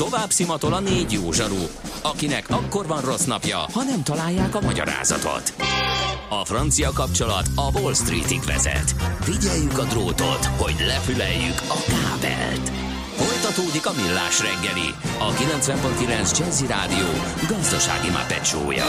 Tovább szimatol a 4 jó zsaru, akinek akkor van rossz napja, ha nem találják a magyarázatot. A francia kapcsolat a Wall Streetig vezet. Figyeljük a drótot, hogy lefüleljük a kábelt. Folytatódik a Millás reggeli, a 90.9 Jazzy Rádió gazdasági mápecsója.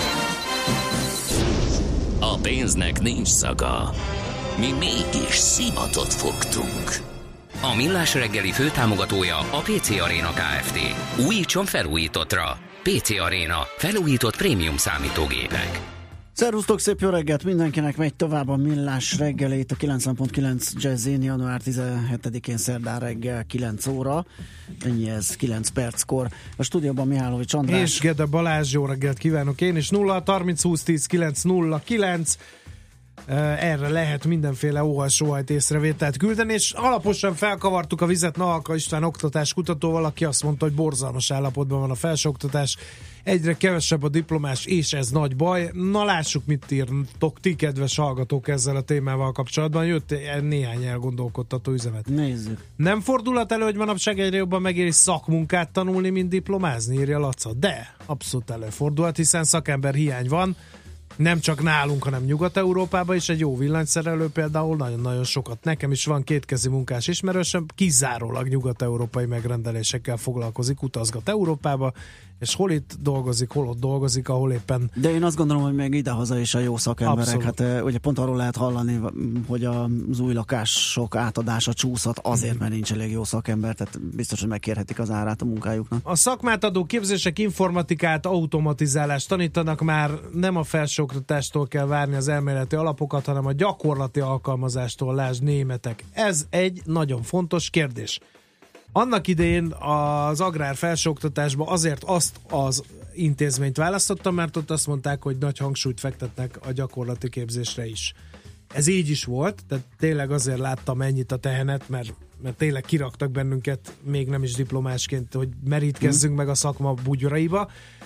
A pénznek nincs szaga. Mi mégis szimatot fogtunk. A Millás reggeli főtámogatója a PC Arena Kft. Újítson felújítottra. PC Arena. Felújított prémium számítógépek. Szervusztok, szép jó reggelt mindenkinek, megy tovább a Millás reggelét a 90.9 Jazzin, január 17-én szerdán reggel 9 óra, ennyi ez 9 perckor. A stúdióban Mihálovics András. És Gede Balázs, jó reggelt kívánok én is, 0-30-20-10-9-0-9. Erre lehet mindenféle óhajt észrevételt küldeni, és alaposan felkavartuk a vizet Nahalka István oktatáskutatóval, aki azt mondta, hogy borzalmas állapotban van a felsőoktatás, egyre kevesebb a diplomás, és ez nagy baj. Na lássuk, mit írtok ti, kedves hallgatók, ezzel a témával kapcsolatban. Jött néhány elgondolkodtató üzenet. Nézzük. Nem fordulhat elő, hogy manapság egyre jobban megéri szakmunkát tanulni, mint diplomázni, írja Laca. De abszolút előfordulhat, hiszen szakember hiány van. Nem csak nálunk, hanem Nyugat-Európában is. Egy jó villanyszerelő például nagyon-nagyon sokat. Nekem is van kétkezi munkás ismerősöm, kizárólag nyugat-európai megrendelésekkel foglalkozik, utazgat Európába, és hol itt dolgozik, hol ott dolgozik, ahol éppen... De én azt gondolom, hogy még idehaza is a jó szakemberek. Abszolút. Hát ugye pont arról lehet hallani, hogy az új lakások átadása csúszhat azért, mert nincs elég jó szakember, tehát biztos, hogy megkérhetik az árát a munkájuknak. A szakmát adó képzések informatikát, automatizálást tanítanak, már nem a felsőoktatástól kell várni az elméleti alapokat, hanem a gyakorlati alkalmazástól, lásd németek. Ez egy nagyon fontos kérdés. Annak idején az agrár felsőoktatásban azért azt az intézményt választottam, mert ott azt mondták, hogy nagy hangsúlyt fektetnek a gyakorlati képzésre is. Ez így is volt, tehát tényleg azért láttam ennyit a tehenet, mert tényleg kiraktak bennünket, még nem is diplomásként, hogy merítkezzünk meg a szakma bugyraiba.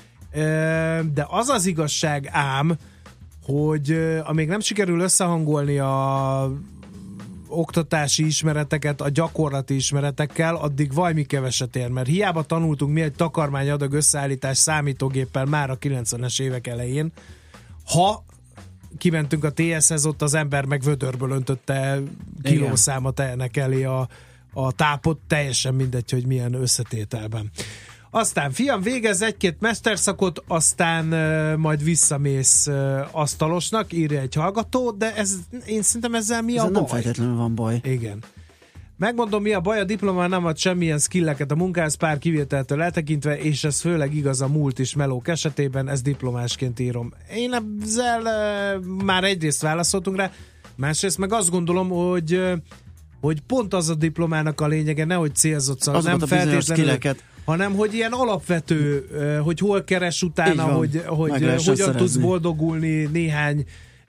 De az az igazság ám, hogy amíg nem sikerül összehangolni a oktatási ismereteket a gyakorlati ismeretekkel, addig valami keveset ér, mert hiába tanultunk mi egy takarmányadag összeállítás számítógéppel már a 90-es évek elején, ha kimentünk a TS-hez, ott az ember meg vödörből öntötte kilószáma tehenek elé a tápot, teljesen mindegy, hogy milyen összetételben. Aztán fiam, végez egy-két mesterszakot, aztán majd visszamész asztalosnak, írja egy hallgató, de én szerintem ezzel mi a baj? Nem feltétlenül van baj. Igen. Megmondom, mi a baj, a diploma nem ad semmilyen skilleket a munkához, pár kivételtől eltekintve, és ez főleg igaz a múlt is melók esetében, ezt diplomásként írom. Én ezzel már egyrészt válaszoltunk rá, másrészt meg azt gondolom, hogy pont az a diplomának a lényege, nehogy célzott, nem feltétlenül, hanem hogy ilyen alapvető, hogy hol keres utána, hogy hogyan tudsz boldogulni néhány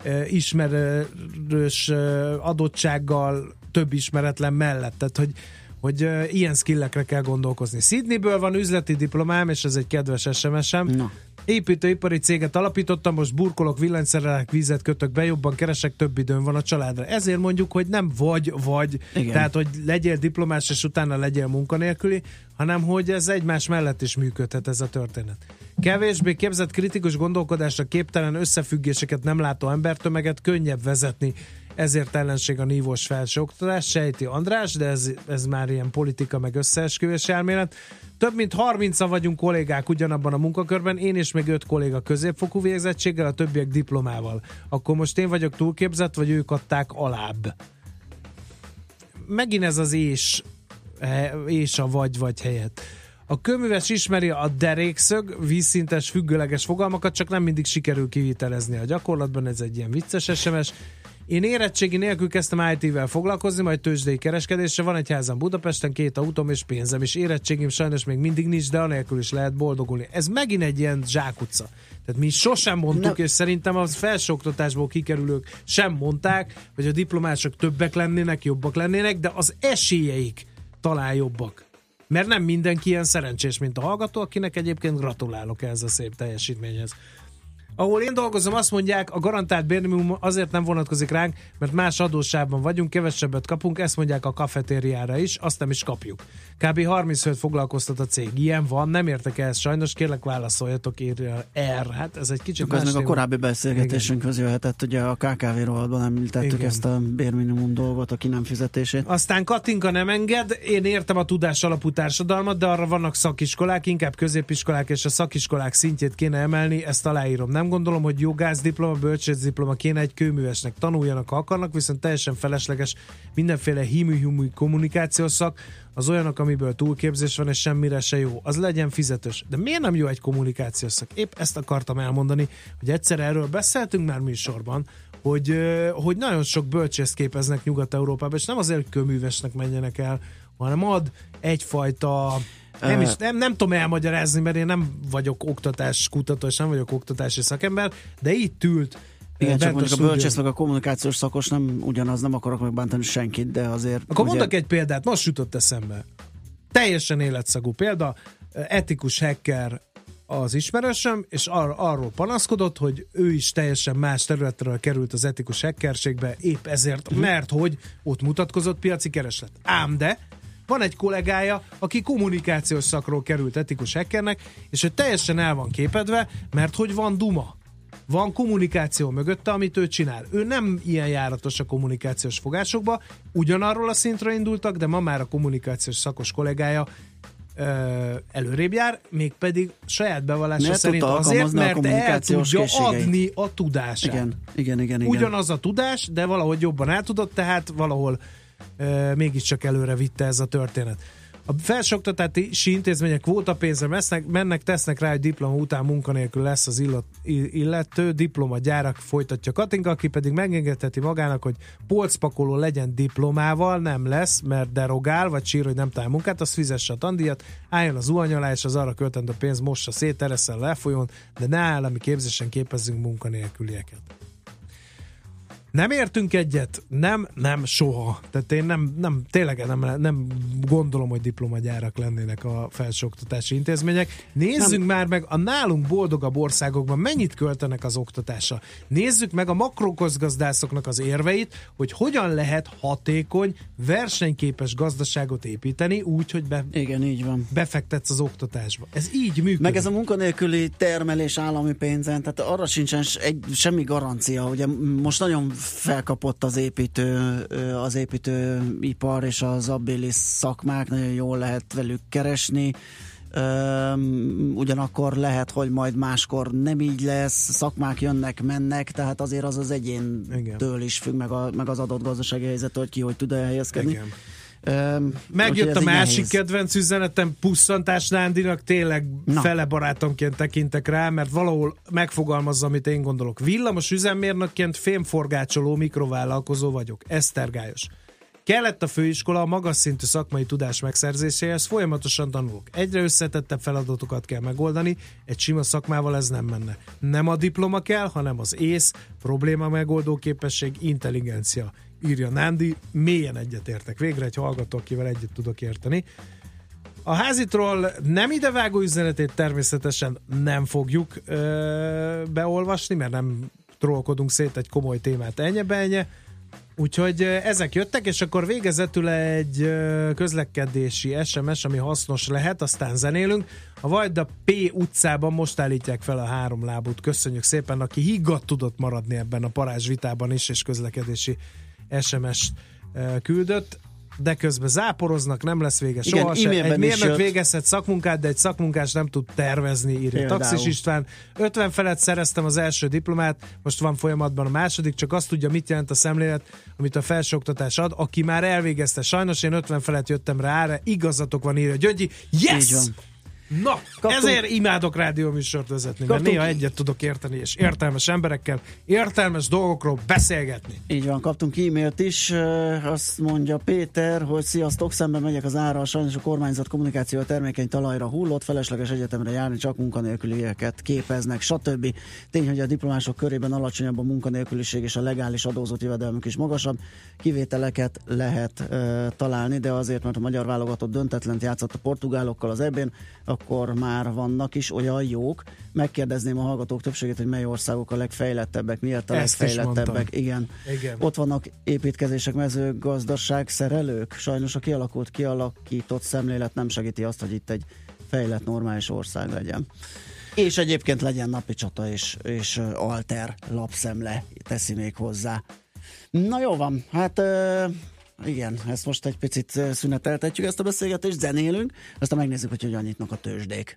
ismerős adottsággal, több ismeretlen mellett. Tehát, hogy ilyen skillekre kell gondolkozni. Sydneyből van üzleti diplomám, és ez egy kedves SMS-em. No. Építőipari céget alapítottam, most burkolok, villanyszerelek, vízet kötök be, jobban keresek, több időm van a családra. Ezért mondjuk, hogy nem vagy, igen. Tehát, hogy legyél diplomás, és utána legyél munkanélküli, hanem, hogy ez egymás mellett is működhet ez a történet. Kevésbé képzett kritikus gondolkodásra képtelen összefüggéseket nem látó embertömeget könnyebb vezetni. Ezért ellenség a nívós felsőoktatás, sejti András, de ez már ilyen politika meg összeesküvés elmélet. Több mint 30-an vagyunk kollégák ugyanabban a munkakörben, én és még 5 kolléga középfokú végzettséggel, a többiek diplomával. Akkor most én vagyok túlképzett, vagy ők adták alább? Megint ez az és a vagy helyett. A kőműves ismeri a derékszög, vízszintes, függőleges fogalmakat, csak nem mindig sikerül kivitelezni a gyakorlatban, ez egy ilyen vicces SMS. Én érettségi nélkül kezdtem IT-vel foglalkozni, majd tőzsdei kereskedésre, van egy házam Budapesten, 2 autóm és pénzem, és érettségim sajnos még mindig nincs, de anélkül is lehet boldogulni. Ez megint egy ilyen zsákutca. Tehát mi sosem mondtuk, és szerintem az felsőoktatásból kikerülők sem mondták, hogy a diplomások többek lennének, jobbak lennének, de az esélyeik talán jobbak. Mert nem mindenki ilyen szerencsés, mint a hallgató, akinek egyébként gratulálok ehhez a szép teljesítményhez. Ahol én dolgozom, azt mondják, a garantált bérminimum azért nem vonatkozik ránk, mert más adósságban vagyunk, kevesebbet kapunk, ezt mondják a kafetériára is, azt nem is kapjuk. Kb. 30 főt foglalkoztat a cég. Ilyen van, nem értek ehhez sajnos, kérlek válaszoljatok, írja R. Hát ez egy kicsit más. Ez meg a korábbi beszélgetésünkhöz jöhetett, ugye a KKV rovatban említettük ezt a bérminimum dolgot, a ki nem fizetését. Aztán Katinka nem enged, én értem a tudás alapú társadalmat, de arra vannak szakiskolák, inkább középiskolák, és a szakiskolák szintjét kéne emelni, ezt aláírom. Nem gondolom, hogy jogászdiploma, bölcsészdiploma kéne egy kőművesnek, tanuljanak, ha akarnak, viszont teljesen felesleges mindenféle hímű kommunikációs szak, az olyanok, amiből túlképzés van, és semmire se jó. Az legyen fizetős. De miért nem jó egy kommunikációs szak? Épp ezt akartam elmondani, hogy egyszer erről beszéltünk már műsorban, hogy nagyon sok bölcsészt képeznek Nyugat-Európában, és nem azért, hogy kőművesnek menjenek el, hanem ad egyfajta... Nem tudom elmagyarázni, mert én nem vagyok oktatáskutató, és nem vagyok oktatási szakember, de itt ült. Igen, csak mondjuk a bölcsész meg a kommunikációs szakos nem ugyanaz, nem akarok megbántani senkit, de azért... Akkor mondok egy példát, most jutott eszembe. Teljesen életszagú példa, etikus hacker az ismerősöm, és arról panaszkodott, hogy ő is teljesen más területről került az etikus hackerségbe, épp ezért, mert hogy ott mutatkozott piaci kereslet. Ám de van egy kollégája, aki kommunikációs szakról került etikus hackernek, és ő teljesen el van képedve, mert hogy van duma. Van kommunikáció mögötte, amit ő csinál. Ő nem ilyen járatos a kommunikációs fogásokba, ugyanarról a szintről indultak, de ma már a kommunikációs szakos kollégája előrébb jár, mégpedig saját bevallása szerint azért, mert el tudja adni a tudását. Igen. Ugyanaz a tudás, de valahogy jobban el tudott, tehát valahol mégiscsak előre vitte ez a történet. A felsőoktatási intézmények kvótapénzre mennek, tesznek rá, hogy diploma után munkanélkül lesz az illető, diplomagyárak, folytatja Katinka, aki pedig megengedheti magának, hogy polcpakoló legyen diplomával, nem lesz, mert derogál, vagy sír, hogy nem talál munkát, az fizesse a tandíjat, álljon az zuhany alá, és az arra költendő pénz mossa szét, ereszel lefolyón, de ne állami képzésen képezzünk munkanélkülieket. Nem értünk egyet? Nem soha. Tehát én tényleg nem gondolom, hogy diplomagyárak lennének a felsőoktatási intézmények. Nézzük már meg a nálunk boldogabb országokban mennyit költenek az oktatásra. Nézzük meg a makroközgazdászoknak az érveit, hogy hogyan lehet hatékony, versenyképes gazdaságot építeni úgy, hogy igen, így van. Befektetsz az oktatásba. Ez így működik. Meg ez a munkanélküli termelés állami pénzen, tehát arra sincsen semmi garancia. Ugye most nagyon felkapott az építőipar és az abbéli szakmák, nagyon jól lehet velük keresni. Ugyanakkor lehet, hogy majd máskor nem így lesz, szakmák jönnek, mennek, tehát azért az egyéntől is függ, meg az adott gazdasági helyzettől, hogy ki hogy tud elhelyezkedni. Igen. Megjött a másik kedvenc üzenetem, Pusszantás Nándinak, tényleg fele barátomként tekintek rá, mert valahol megfogalmazza, amit én gondolok. Villamos üzemmérnökként fémforgácsoló mikrovállalkozó vagyok. Esztergályos. Kellett a főiskola a magas szintű szakmai tudás megszerzéséhez, folyamatosan tanulok. Egyre összetettebb feladatokat kell megoldani, egy sima szakmával ez nem menne. Nem a diploma kell, hanem az ész, probléma megoldó képesség, intelligencia. Írja Nándi, mélyen egyetértek. Végre egy hallgató, akivel egyet tudok érteni. A házitról nem idevágó üzenetét természetesen nem fogjuk beolvasni, mert nem trollkodunk szét egy komoly témát ennyi. Úgyhogy ezek jöttek, és akkor végezetül egy közlekedési SMS, ami hasznos lehet, aztán zenélünk. A Vajda P utcában most állítják fel a 3 lábút. Köszönjük szépen, aki higgadt tudott maradni ebben a parázsvitában is, és közlekedési SMS-t küldött, de közben záporoznak, nem lesz vége soha se. Egy mérnök végezhet szakmunkát, de egy szakmunkás nem tud tervezni, írja Taxis István. 50 felett szereztem az első diplomát, most van folyamatban a második, csak azt tudja, mit jelent a szemlélet, amit a felsőoktatás ad, aki már elvégezte. Sajnos én 50 felett jöttem rá, erre igazatok van, írja Gyögyi. Yes! Na, ezért imádok rádióműsort vezetni, mert néha egyet tudok érteni, és értelmes emberekkel, értelmes dolgokról beszélgetni. Így van, kaptunk e-mailt is, azt mondja Péter, hogy sziasztok, szemben megyek az árral, sajnos a kormányzat kommunikáció a termékeny talajra hullott, felesleges egyetemre járni, csak munkanélkülieket képeznek, stb. Tény, hogy a diplomások körében alacsonyabb a munkanélküliség, és a legális adózott jövedelmük is magasabb. Kivételeket lehet találni, de azért, mert a magyar válogatott döntetlent játszott a portugálokkal az EB-n, akkor már vannak is olyan jók. Megkérdezném a hallgatók többségét, hogy mely országok a legfejlettebbek, miért a legfejlettebbek. Igen. Ott vannak építkezések, mezőgazdaság, szerelők. Sajnos a kialakított szemlélet nem segíti azt, hogy itt egy fejlett, normális ország legyen. És egyébként legyen napi csata és alter lapszemle teszi még hozzá. Na jó van, hát igen, ezt most egy picit szüneteltetjük ezt a beszélgetést, zenélünk, aztán megnézzük, hogy hogyan nyitnak a tőzsdék.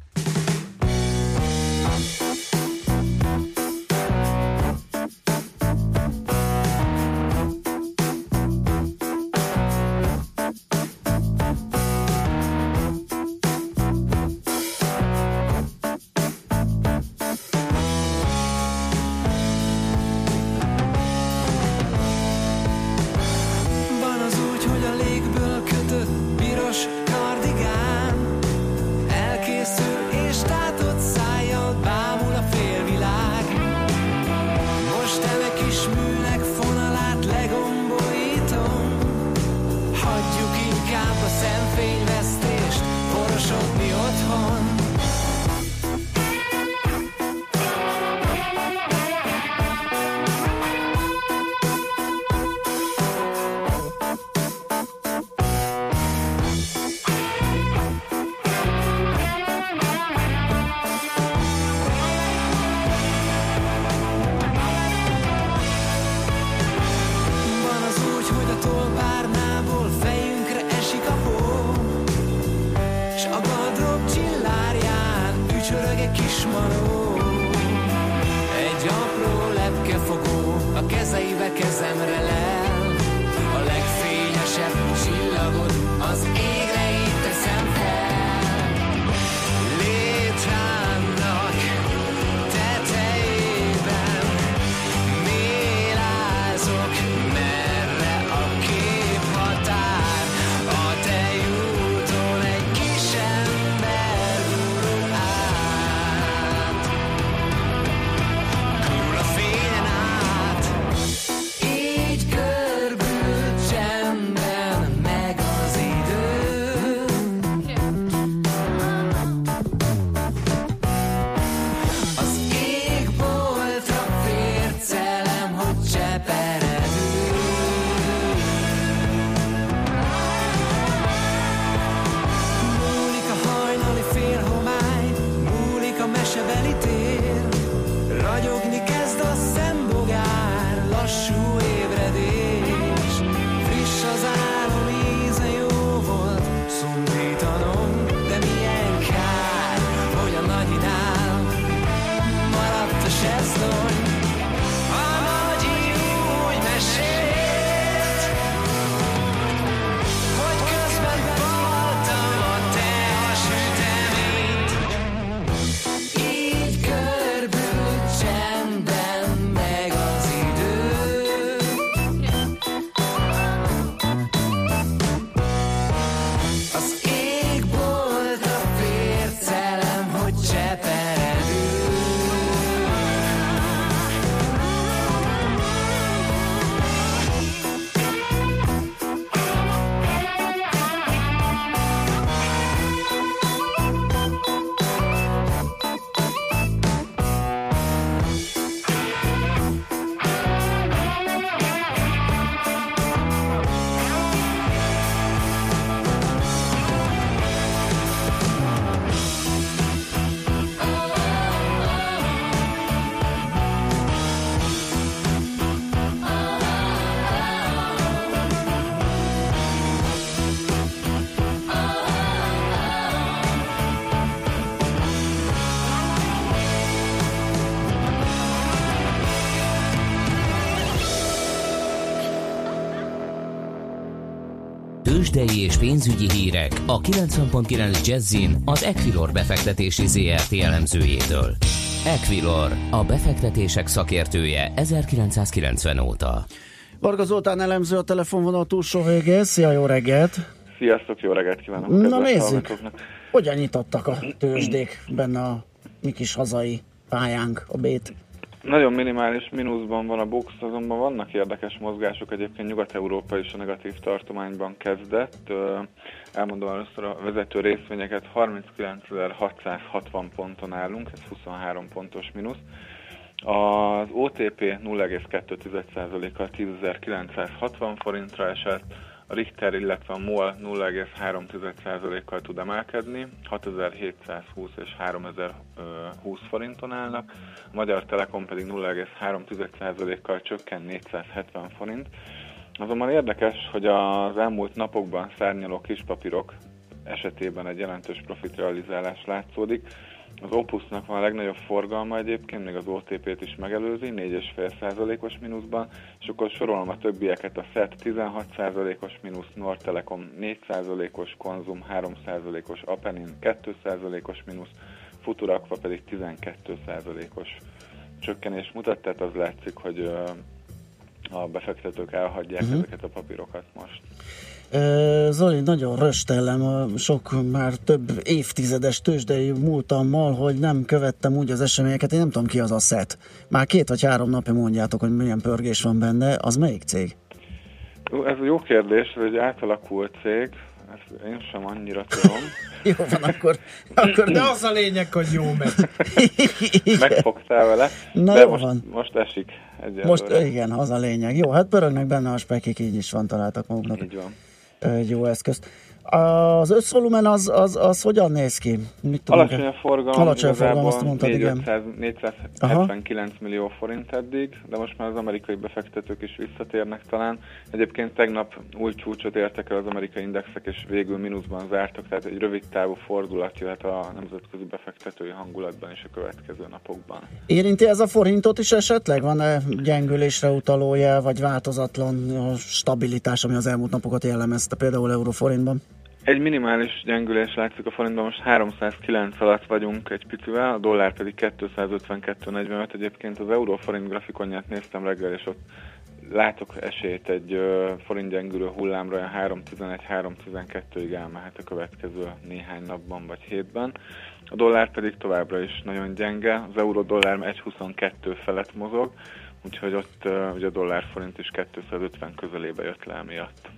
Tőzsdei és pénzügyi hírek a 90.9 Jazzin az Equilor befektetési ZRT elemzőjétől. Equilor, a befektetések szakértője 1990 óta. Varga Zoltán elemző a telefonvonal túlsó végén. Szia, jó reggelt! Sziasztok, jó reggelt kívánok! Na nézzük, hogyan nyitottak a tőzsdék benne a mi kis hazai pályánk, a Bét? Nagyon minimális mínuszban van a BUX, azonban vannak érdekes mozgások, egyébként Nyugat-Európa is a negatív tartományban kezdett. Elmondom először a vezető részvényeket, 39.660 ponton állunk, ez 23 pontos mínusz. Az OTP 0,2%-kal 10.960 forintra esett, a Richter, illetve a MOL 0,3%-kal tud emelkedni, 6.720 és 3.020 forinton állnak, a Magyar Telekom pedig 0,3%-kal csökken 470 forint. Azonban érdekes, hogy az elmúlt napokban szárnyaló kispapírok esetében egy jelentős profitrealizálás látszódik. Az Opusnak van a legnagyobb forgalma egyébként, még az OTP-t is megelőzi, 4,5%-os mínuszban, és akkor sorolom a többieket, a SET 16%-os mínusz, Nord Telekom 4%-os, Konzum 3%-os, Apenin 2%-os mínusz, Futurakva pedig 12%-os csökkenés mutat, tehát az látszik, hogy a befektetők elhagyják ezeket a papírokat most. Zoli, nagyon röstellem a sok már több évtizedes tőzsdei múltammal, hogy nem követtem úgy az eseményeket, én nem tudom ki az a SET. Már 2 vagy 3 napja mondjátok, hogy milyen pörgés van benne, az melyik cég? Ez jó kérdés, ez egy átalakult cég, ezt én sem annyira tudom. Jó van, akkor de az a lényeg, hogy jó megy. Megfogtál vele, na de most esik egyelőre. Most igen, az a lényeg. Jó, hát pörögnek benne a spekik, így is van, találtak maguknak. Így van. Egy jó eszközt. Az összvolumen az hogyan néz ki? Alacsony a forgalom, azt mondtad, igen. 479 millió forint eddig, de most már az amerikai befektetők is visszatérnek talán. Egyébként tegnap új csúcsot értek el az amerikai indexek, és végül mínuszban zártak, tehát egy rövid távú fordulat jöhet a nemzetközi befektetői hangulatban is a következő napokban. Érinti ez a forintot is esetleg? Van-e gyengülésre utaló jel, vagy változatlan stabilitás, ami az elmúlt napokat jellemezte, például euróforintban? Egy minimális gyengülés látszik a forintban, most 309 alatt vagyunk egy picivel, a dollár pedig 252,45. Egyébként az euróforint grafikonját néztem reggel, és ott látok esélyt egy forint gyengülő hullámra, olyan 3.11-3.12-ig elmehet a következő néhány napban vagy hétben. A dollár pedig továbbra is nagyon gyenge, az euró-dollár 1.22 felett mozog, úgyhogy ott ugye a dollár-forint is 250 közelébe jött le emiatt.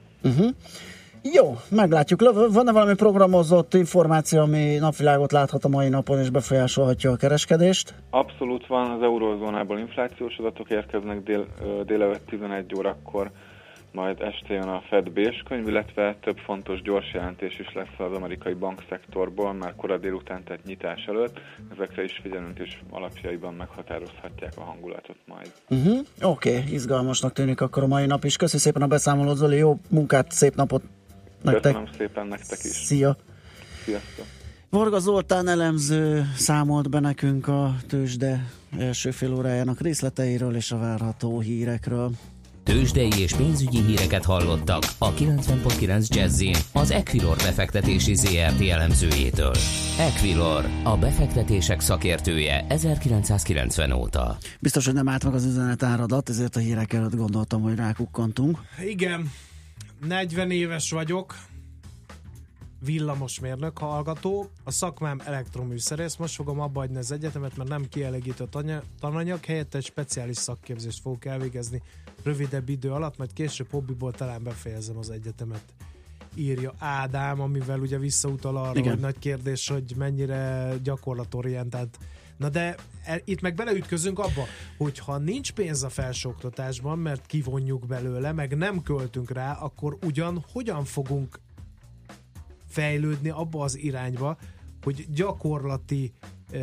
Jó, meglátjuk. Van-e valami programozott információ, ami napvilágot láthat a mai napon és befolyásolhatja a kereskedést? Abszolút van, az eurózónából inflációs adatok érkeznek délelőtt 11 órakor, majd este jön a Fed béskönyv, illetve több fontos gyors jelentés is lesz az amerikai bankszektorból, már kora délután, tehát nyitás előtt. Ezekre is figyelünk, és alapjaiban meghatározhatják a hangulatot majd. Oké, izgalmasnak tűnik akkor a mai nap is. Köszönöm szépen a beszámolót, Zoli, jó munkát, szép napot nektek. Köszönöm szépen nektek is. Szia! Sziasztok! Varga Zoltán elemző számolt be nekünk a tőzsde első fél órájának részleteiről és a várható hírekről. Tőzsdei és pénzügyi híreket hallottak a 90.9 Jazzin az Equilor befektetési ZRT elemzőjétől. Equilor, a befektetések szakértője 1990 óta. Biztos, hogy nem állt meg az üzenet áradat, ezért a hírek előtt gondoltam, hogy rákukkantunk. Igen, 40 éves vagyok, villamosmérnök hallgató, a szakmám elektroműszerész, most fogom abba hagyni az egyetemet, mert nem kielégítő tananyag, helyett egy speciális szakképzést fogok elvégezni rövidebb idő alatt, majd később hobbiból talán befejezem az egyetemet, írja Ádám, amivel ugye visszautal arra, igen, hogy nagy kérdés, hogy mennyire gyakorlatorientált. Na de itt meg beleütközünk abba, hogy ha nincs pénz a felsőoktatásban, mert kivonjuk belőle, meg nem költünk rá, akkor hogyan fogunk fejlődni abba az irányba, hogy gyakorlati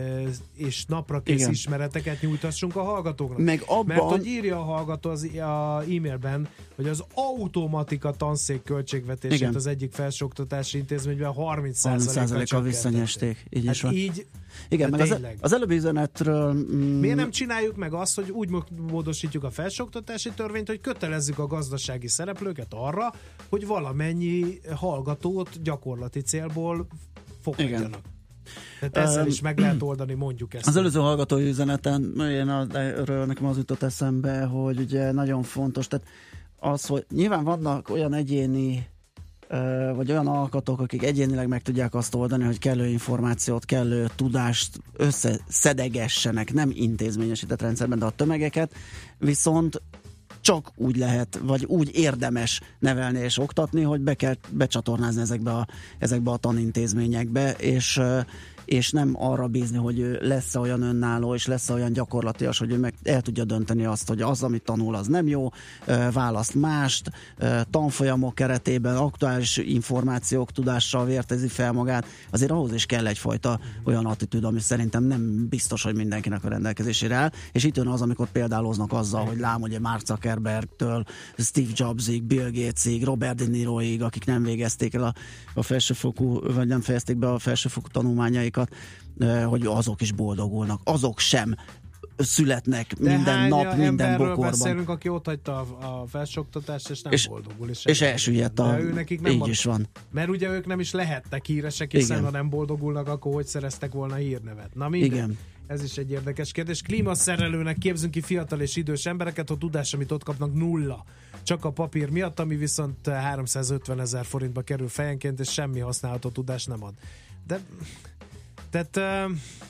és naprakész, igen, ismereteket nyújtassunk a hallgatóknak. Mert hogy írja a hallgató az e-mailben, hogy az automatika tanszék költségvetését, igen, az egyik felsőoktatási intézményben 30%-kal visszanyesték. Így hát is van. Így, igen, meg az előbbi üzenetről... Miért nem csináljuk meg azt, hogy úgy módosítjuk a felsőoktatási törvényt, hogy kötelezzük a gazdasági szereplőket arra, hogy valamennyi hallgatót gyakorlati célból fogadjanak. Tehát ezzel is meg lehet oldani, mondjuk ezt. Az előző hallgatói üzeneten erről nekem az jutott eszembe, hogy ugye nagyon fontos, tehát az, hogy nyilván vannak olyan egyéni vagy olyan alkatók, akik egyénileg meg tudják azt oldani, hogy kellő információt, kellő tudást összeszedegessenek, nem intézményesített rendszerben, de a tömegeket, viszont csak úgy lehet, vagy úgy érdemes nevelni és oktatni, hogy be kell becsatornázni ezekbe a tanintézményekbe, és nem arra bízni, hogy lesz olyan önálló, és lesz olyan gyakorlatias, hogy ő meg el tudja dönteni azt, hogy az, amit tanul, az nem jó, választ mást, tanfolyamok keretében aktuális információk tudással vértezi fel magát. Azért ahhoz is kell egyfajta olyan attitűd, ami szerintem nem biztos, hogy mindenkinek a rendelkezésére áll, és itt jön az, amikor példáloznak azzal, hogy lám, ugye Mark Zuckerbergtől Steve Jobsig, Bill Gatesig, Robert De Niroig, akik nem végezték el a felsőfokú, vagy nem fejezték be a felsőfokú tanulmányaikat, hogy azok is boldogulnak. Azok sem születnek de minden nap, minden bokorban. Beszélünk, aki otthagyta a felsőoktatást, és nem boldogul. És elsüllyedt így is van. Mert ugye ők nem is lehettek híresek, hiszen ha nem boldogulnak, akkor hogy szereztek volna hírnevet? Na minden. Igen. Ez is egy érdekes kérdés. Klímaszerelőnek képzünk ki fiatal és idős embereket, a tudás, amit ott kapnak, nulla. Csak a papír miatt, ami viszont 350 000 forintba kerül fejenként, és semmi használható tudás nem ad. De tehát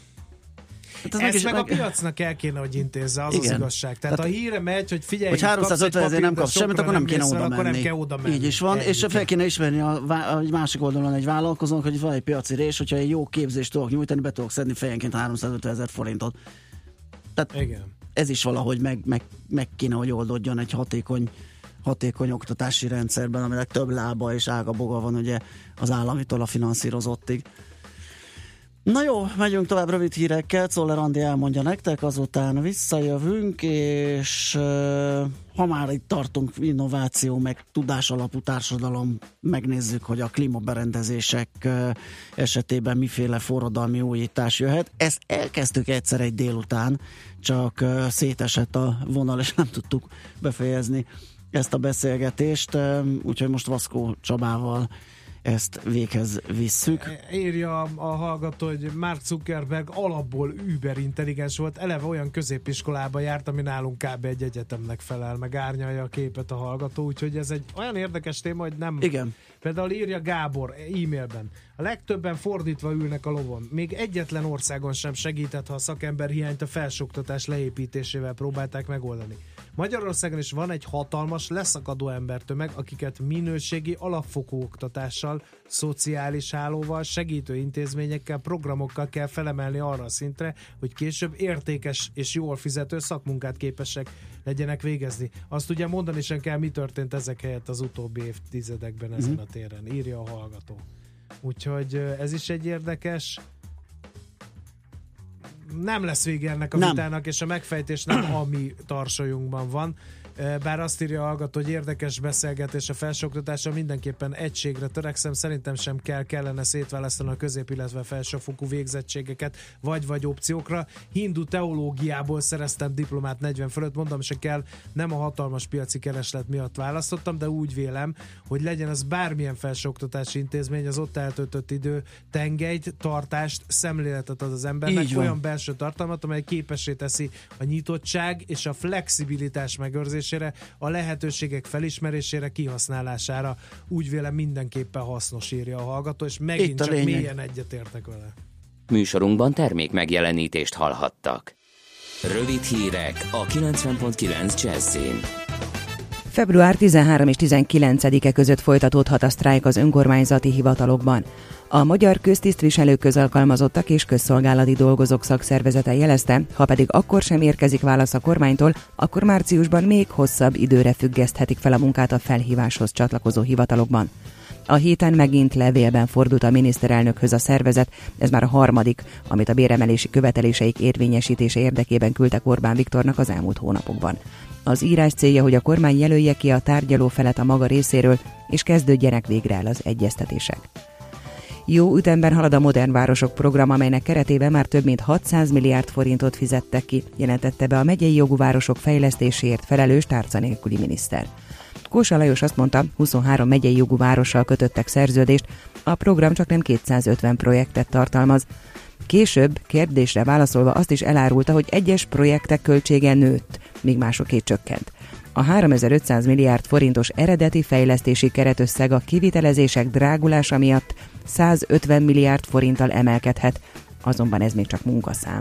ezt meg a piacnak el kéne, hogy intézze, az igen. Az igazság. Tehát a híre megy, hogy figyelj, hogy 350 ezért nem kapsz semmit, akkor nem kéne oda menni. Így is van, és fel kéne ismerni a másik oldalon egy vállalkozónak, hogy van egy piaci rés, hogyha egy jó képzést tudok nyújtani, be tudok szedni fejenként 350 000 forintot. Tehát igen. Ez is valahogy meg kéne, hogy oldódjon egy hatékony oktatási rendszerben, aminek több lába és ága-boga van ugye az államitól a finanszírozottig. Na jó, megyünk tovább rövid hírekkel, Czoller Andi elmondja nektek, azután visszajövünk, és ha már itt tartunk, innováció, meg tudás alapú társadalom, megnézzük, hogy a klímaberendezések esetében miféle forradalmi újítás jöhet. Ezt elkezdtük egyszer egy délután, csak szétesett a vonal, és nem tudtuk befejezni ezt a beszélgetést, úgyhogy most Vaszkó Csabával ezt véghez visszük. Írja a hallgató, hogy Mark Zuckerberg alapból überintelligens volt, eleve olyan középiskolába járt, ami nálunk kb. Egy egyetemnek felel, meg árnyalja a képet a hallgató, úgyhogy ez egy olyan érdekes téma, hogy nem... Igen. Például írja Gábor e-mailben. A legtöbben fordítva ülnek a lovon. Még egyetlen országon sem segített, ha a szakember hiányt a felsőoktatás leépítésével próbálták megoldani. Magyarországon is van egy hatalmas, leszakadó embertömeg, akiket minőségi alapfokú oktatással, szociális hálóval, segítő intézményekkel, programokkal kell felemelni arra a szintre, hogy később értékes és jól fizető szakmunkát képesek legyenek végezni. Azt ugye mondani sem kell, mi történt ezek helyett az utóbbi évtizedekben ezen a téren, írja a hallgató. Úgyhogy ez is egy érdekes. Nem lesz vége ennek a vitának, és a megfejtés nem a mi tarsolyunkban van. Bár azt írja a hallgató, hogy érdekes beszélgetés a felsőoktatással, mindenképpen egységre törekszem, szerintem sem kellene szétválasztani a közép, illetve felsőfokú végzettségeket, vagy opciókra. Hindu teológiából szereztem diplomát 40 fölött, mondom se kell, nem a hatalmas piaci kereslet miatt választottam, de úgy vélem, hogy legyen az bármilyen felsőoktatási intézmény, az ott eltöltött idő tengelyt, tartást, szemléletet ad az embernek, olyan belső tartalmat, amely képessé teszi a nyitottság és a flexibilitás megőrzésére, a lehetőségek felismerésére, kihasználására. Úgy vélem mindenképpen hasznos, írja a hallgató, és megint csak mélyen egyetértek vele. Műsorunkban termék megjelenítést hallhattak. Rövid hírek a 90.9 Jazzin. Február 13 és 19-e között folytatódhat a sztrájk az önkormányzati hivatalokban. A Magyar Köztisztviselők, Közalkalmazottak és Közszolgálati Dolgozók Szakszervezete jelezte, ha pedig akkor sem érkezik válasz a kormánytól, akkor márciusban még hosszabb időre függeszthetik fel a munkát a felhíváshoz csatlakozó hivatalokban. A héten megint levélben fordult a miniszterelnökhöz a szervezet, ez már a harmadik, amit a béremelési követeléseik érvényesítése érdekében küldtek Orbán Viktornak az elmúlt hónapokban. Az írás célja, hogy a kormány jelölje ki a tárgyaló felet a maga részéről, és kezdődjenek végre el az egyeztetések. Jó ütemben halad a Modern Városok program, amelynek keretében már több mint 600 milliárd forintot fizettek ki, jelentette be a megyei jogú városok fejlesztéséért felelős tárca nélküli miniszter. Kósa Lajos azt mondta, 23 megyei jogú várossal kötöttek szerződést, a program csak nem 250 projektet tartalmaz. Később kérdésre válaszolva azt is elárulta, hogy egyes projektek költsége nőtt, míg másoké csökkent. A 3500 milliárd forintos eredeti fejlesztési keretösszeg a kivitelezések drágulása miatt 150 milliárd forinttal emelkedhet, azonban ez még csak munkaszám.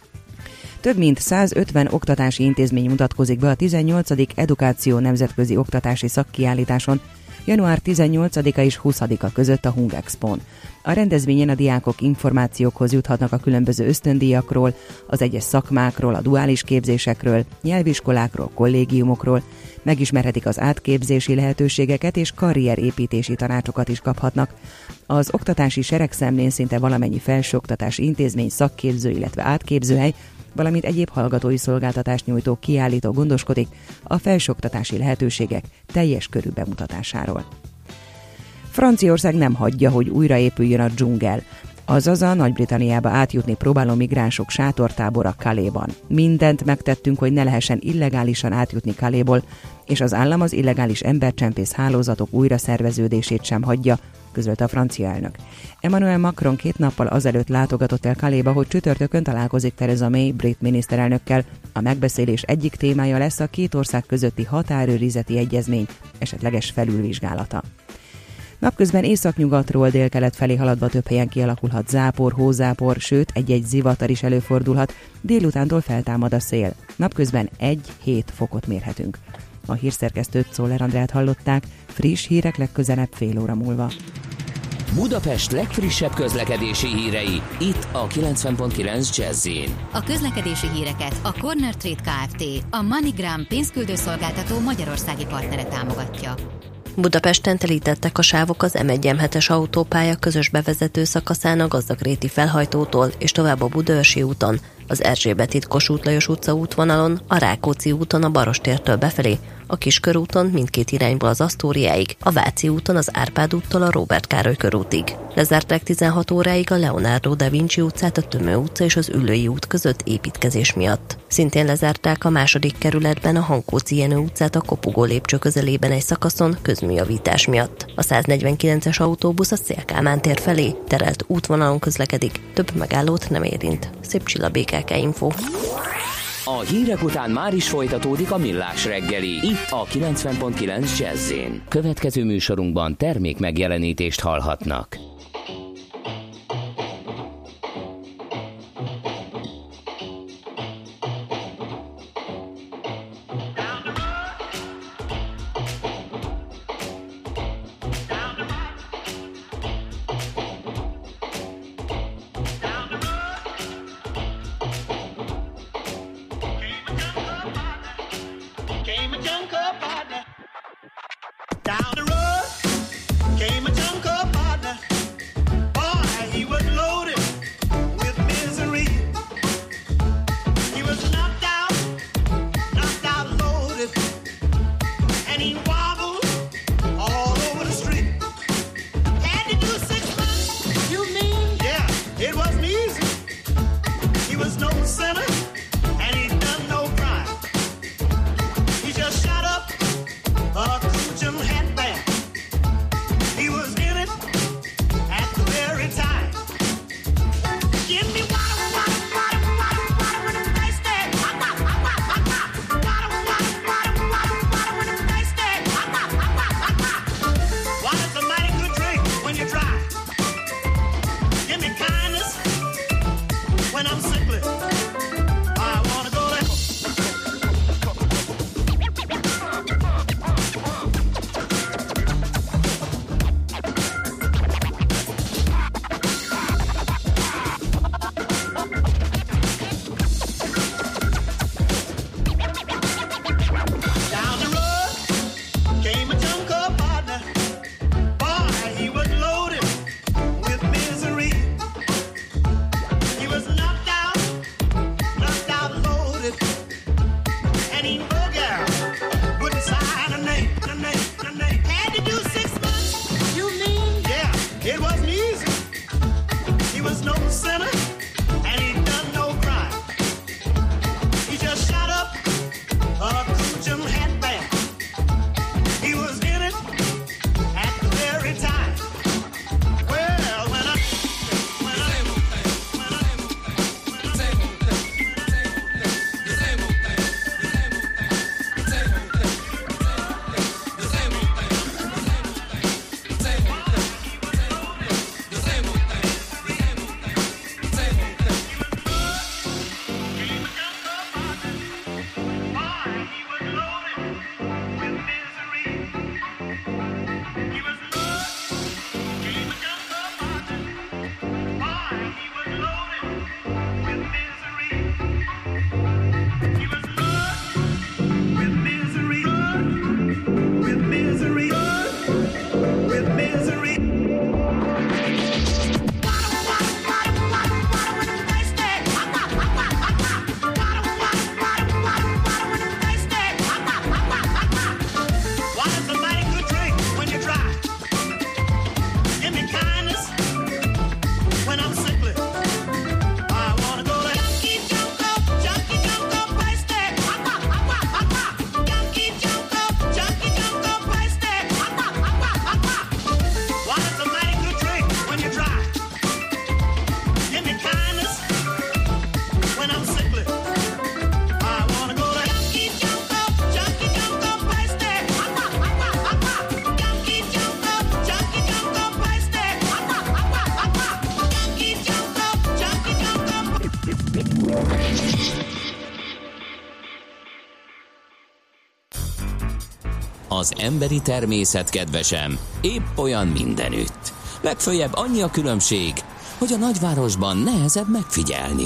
Több mint 150 oktatási intézmény mutatkozik be a 18. Edukáció nemzetközi oktatási szakkiállításon, január 18-a és 20-a között a Hungexpon. A rendezvényen a diákok információkhoz juthatnak a különböző ösztöndíjakról, az egyes szakmákról, a duális képzésekről, nyelviskolákról, kollégiumokról, megismerhetik az átképzési lehetőségeket és karrierépítési tanácsokat is kaphatnak. Az oktatási seregszemlén szinte valamennyi felsőoktatási intézmény, szakképző, illetve átképzőhely, valamint egyéb hallgatói szolgáltatást nyújtó kiállító gondoskodik a felsőoktatási lehetőségek teljes körű bemutatásáról. Franciaország nem hagyja, hogy újraépüljön a dzsungel, azaz a Nagy-Britanniába átjutni próbáló migránsok sátortábora Calais-ban. Mindent megtettünk, hogy ne lehessen illegálisan átjutni Calais-ból, és az állam az illegális embercsempész hálózatok újraszerveződését sem hagyja, közölte a francia elnök. Emmanuel Macron 2 nappal azelőtt látogatott el Calais-ba, hogy csütörtökön találkozik Theresa May brit miniszterelnökkel. A megbeszélés egyik témája lesz a két ország közötti határőrizeti egyezmény esetleges felülvizsgálata. Napközben északnyugatról délkelet felé haladva több helyen kialakulhat zápor, hózápor, sőt egy-egy zivatar is előfordulhat, délutántól feltámad a szél. Napközben 1-7 fokot mérhetünk. A hírszerkesztőt, Czoller Andrát hallották, friss hírek legközelebb fél óra múlva. Budapest legfrissebb közlekedési hírei, itt a 90.9 Jazz-in. A közlekedési híreket a Corner Trade Kft., a MoneyGram pénzküldőszolgáltató magyarországi partnere támogatja. Budapesten telítettek a sávok az M1-M7-es autópálya közös bevezető szakaszán a Gazdagréti felhajtótól és tovább a Budaörsi úton, az Erzsébet itt Kossuth Lajos utca útvonalon, a Rákóczi úton a Barostértől befelé, a Kiskörúton mindkét irányból az Asztóriáig, a Váci úton az Árpád úttól a Róbert Károly körútig. Lezárták 16 óráig a Leonardo da Vinci utcát a Tömő utca és az Üllői út között építkezés miatt. Szintén lezárták a 2. kerületben a Hankóczi Jenő utcát a Kopogó lépcső közelében egy szakaszon közműjavítás miatt. A 149-es autóbusz a Széll-Kálmán tér felé terelt útvonalon közlekedik, több megállót nem érint. Szép Csilla, BKK Info. A hírek után már is folytatódik a Millás reggeli, itt a 90.9 Jazz-in. Következő műsorunkban termék megjelenítést hallhatnak. Az emberi természet kedvesem, épp olyan mindenütt. Legföljebb annyi a különbség, hogy a nagyvárosban nehezebb megfigyelni.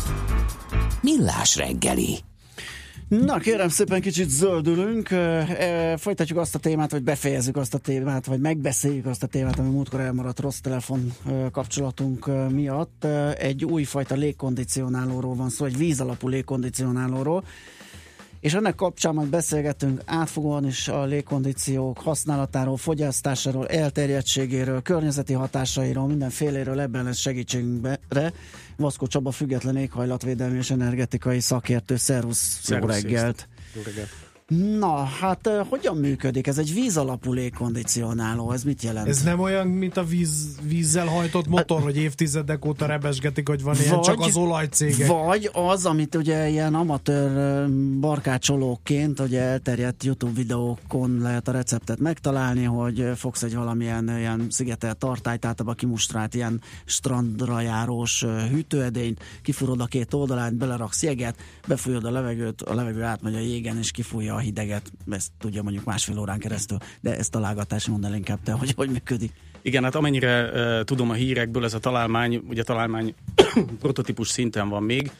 Millás reggeli. Na kérem szépen, kicsit zöldülünk, folytatjuk azt a témát, vagy befejezzük azt a témát, vagy megbeszéljük azt a témát, ami múltkor elmaradt rossz telefon kapcsolatunk miatt. Egy újfajta légkondicionálóról van szó, egy vízalapú légkondicionálóról, és ennek kapcsán majd beszélgetünk átfogóan is a légkondíciók használatáról, fogyasztásáról, elterjedtségéről, környezeti hatásairól, mindenféléről, ebben lesz segítségünkre. Vaszkó Csaba, független éghajlatvédelmi és energetikai szakértő. Szervusz, jó reggelt! Jó reggelt! Na, hát hogyan működik? Ez egy vízalapú légkondicionáló, ez mit jelent? Ez nem olyan, mint a vízzel hajtott motor, hogy évtizedek óta rebesgetik, hogy van ilyen, csak az olajcégek. Vagy az, amit ugye ilyen amatőr barkácsolóként, ugye elterjedt YouTube videókon lehet a receptet megtalálni, hogy fogsz egy valamilyen ilyen szigetelt tartályt, általában kimustrált ilyen strandra járós hűtőedényt, kifúrod a két oldalát, beleraksz jeget, befújod a levegőt, a levegő átmegy a jégen és kifújja a hideget, ezt tudja mondjuk másfél órán keresztül, de ezt találgatás, mondd el inkább te, hogy működik. Igen, hát amennyire tudom a hírekből, ez a találmány, ugye találmány prototípus szinten van még,